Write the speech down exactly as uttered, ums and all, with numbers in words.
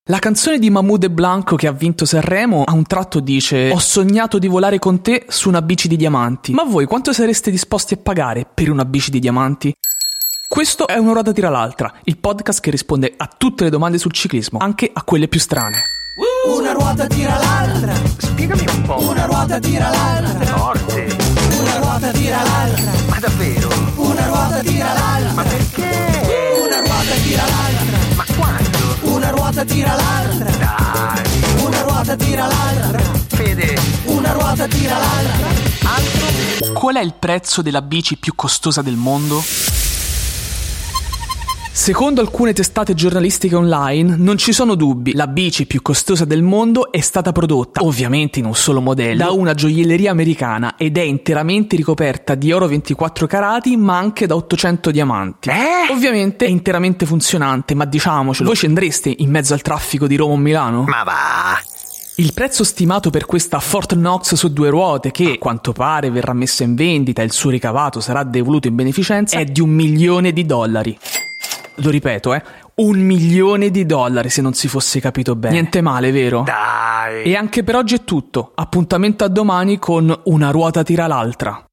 La canzone di Mahmood e Blanco che ha vinto Sanremo a un tratto dice: ho sognato di volare con te su una bici di diamanti. Ma voi quanto sareste disposti a pagare per una bici di diamanti? Questo è Una ruota tira l'altra, il podcast che risponde a tutte le domande sul ciclismo, anche a quelle più strane. Una ruota tira l'altra. Spiegami un po'. Una ruota tira l'altra. Forte. Una ruota tira l'altra. Ma davvero? Una ruota tira l'altra. Ma perché? Una ruota tira l'altra. Ma quando? Una ruota tira l'altra. Dai. Una ruota tira l'altra. Fede. Una ruota tira l'altra. Altro? Qual è il prezzo della bici più costosa del mondo? Secondo alcune testate giornalistiche online, non ci sono dubbi, la bici più costosa del mondo è stata prodotta, ovviamente in un solo modello, da una gioielleria americana ed è interamente ricoperta di oro ventiquattro carati, ma anche da ottocento diamanti. Eh? Ovviamente è interamente funzionante, ma diciamocelo, voi ci andreste in mezzo al traffico di Roma o Milano? Ma va. Il prezzo stimato per questa Fort Knox su due ruote, che a quanto pare verrà messa in vendita e il suo ricavato sarà devoluto in beneficenza, è di un milione di dollari. Lo ripeto, eh, un milione di dollari, se non si fosse capito bene. Niente male, vero? Dai. E anche per oggi è tutto. Appuntamento a domani con Una ruota tira l'altra.